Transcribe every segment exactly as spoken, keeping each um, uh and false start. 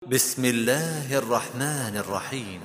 بسم الله الرحمن الرحيم.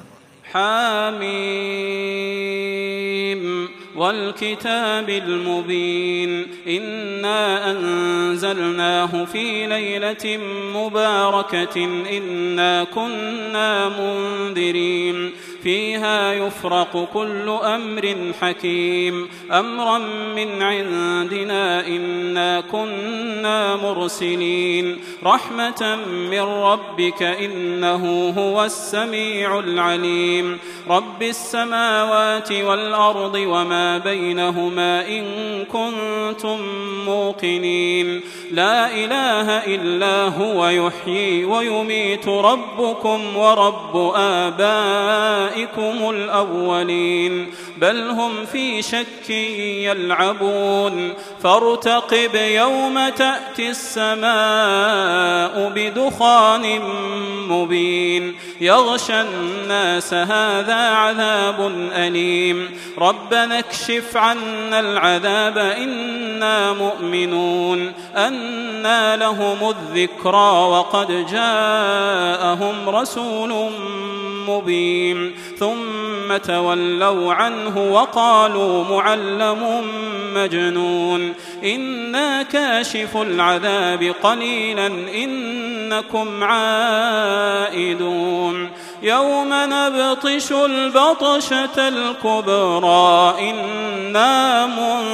حاميم والكتاب المبين إنا أنزلناه في ليلة مباركة إنا كنا منذرين فيها يفرق كل أمر حكيم أمرا من عندنا إنا كنا مرسلين رحمة من ربك إنه هو السميع العليم رب السماوات والأرض وما بينهما إن كنتم موقنين لا إله إلا هو يحيي ويميت ربكم ورب آبائكم الأولين بل هم في شك يلعبون فارتقب يوم تأتي السماء بدخان مبين يغشى الناس هذا عذاب أليم ربنا اكشف عنا العذاب إنا مؤمنون أنى لهم الذكرى وقد جاءهم رسول مبين ثم تولوا عنه وقالوا معلم مجنون إنا كاشف العذاب قليلا إنكم عائدون يوم نبطش البطشة الكبرى إنا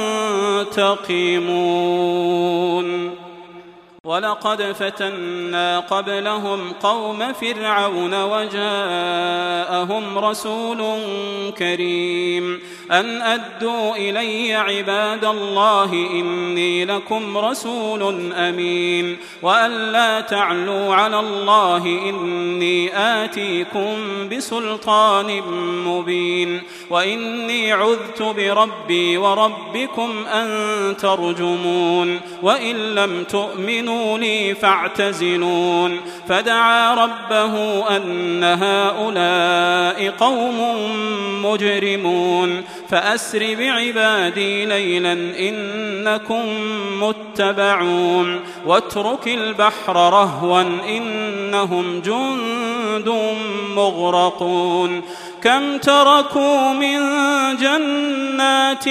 منتقمون ولقد فتنا قبلهم قوم فرعون وجاءهم رسول كريم أن أدوا إلي عباد الله إني لكم رسول أمين وأن لا تعلوا على الله إني آتيكم بسلطان مبين وإني عذت بربي وربكم أن ترجمون وإن لم تؤمنوا لي فاعتزلون فدعا ربه أن هؤلاء قوم مجرمون فأسر بعبادي ليلا إنكم متبعون واترك البحر رهوا إنهم جند مغرقون كم تركوا من جنات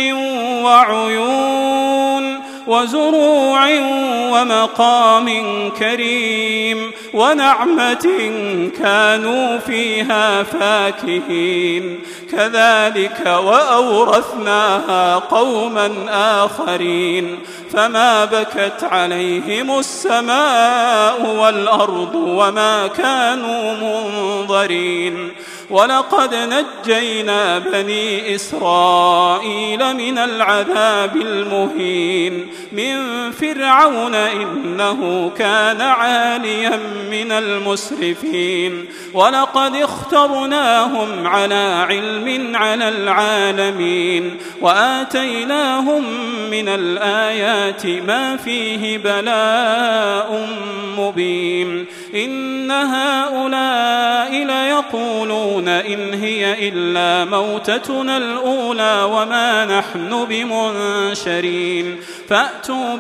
وعيون وزروع ومقام كريم ونعمة كانوا فيها فاكهين كذلك وأورثناها قوما آخرين فما بكت عليهم السماء والأرض وما كانوا منظرين ولقد نجينا بني إسرائيل من العذاب المهين من فرعون إنه كان عاليا من المسرفين ولقد اخترناهم على علم على العالمين وآتيناهم من الآيات ما فيه بلاء مبين إن هؤلاء ليقولون إن هي إلا موتتنا الأولى وما نحن بمنشرين فأتوا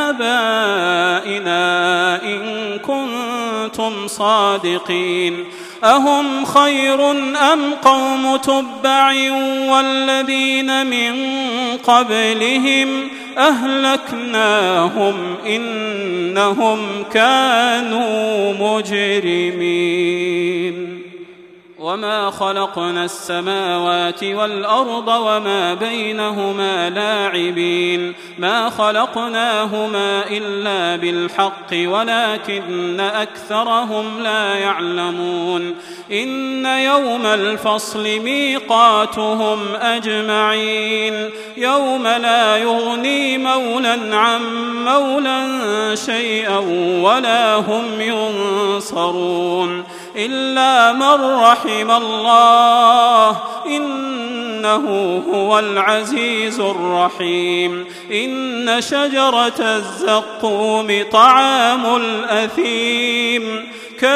بآبائنا إن كنتم صادقين أهم خير أم قوم تبع والذين من قبلهم أهلكناهم إنهم كانوا مجرمين وما خلقنا السماوات والأرض وما بينهما لاعبين ما خلقناهما إلا بالحق ولكن أكثرهم لا يعلمون إن يوم الفصل ميقاتهم أجمعين يوم لا يغني مولا عن مولا شيئا ولا هم ينصرون إلا من رحم الله إنه هو العزيز الرحيم إن شجرة الزقوم طعام الأثيم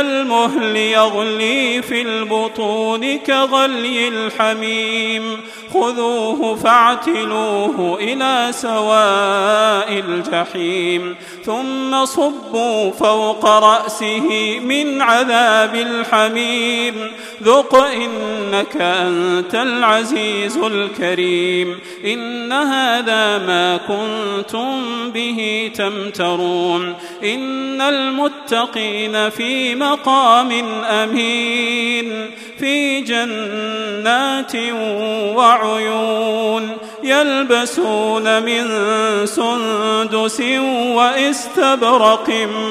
كالمهل يغلي في البطون كغلي الحميم خذوه فاعتلوه إلى سواء الجحيم ثم صبوا فوق رأسه من عذاب الحميم ذق إنك أنت العزيز الكريم إن هذا ما كنتم به تمترون إن المتقين في مقام أمين في جنات وعيون يلبسون من سندس واستبرق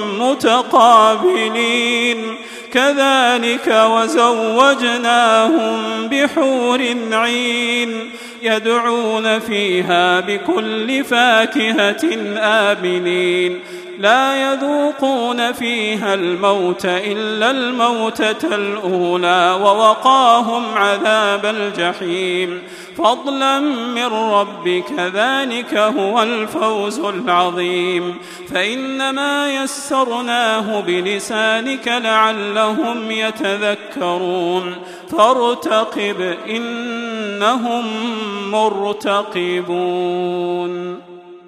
متقابلين كذلك وزوجناهم بحور عين يدعون فيها بكل فاكهة آمنين لا يذوقون فيها الموت إلا الموتة الأولى ووقاهم عذاب الجحيم فضلا من ربك ذلك هو الفوز العظيم فإنما يسرناه بلسانك لعلهم يتذكرون فارتقب إنهم مرتقبون.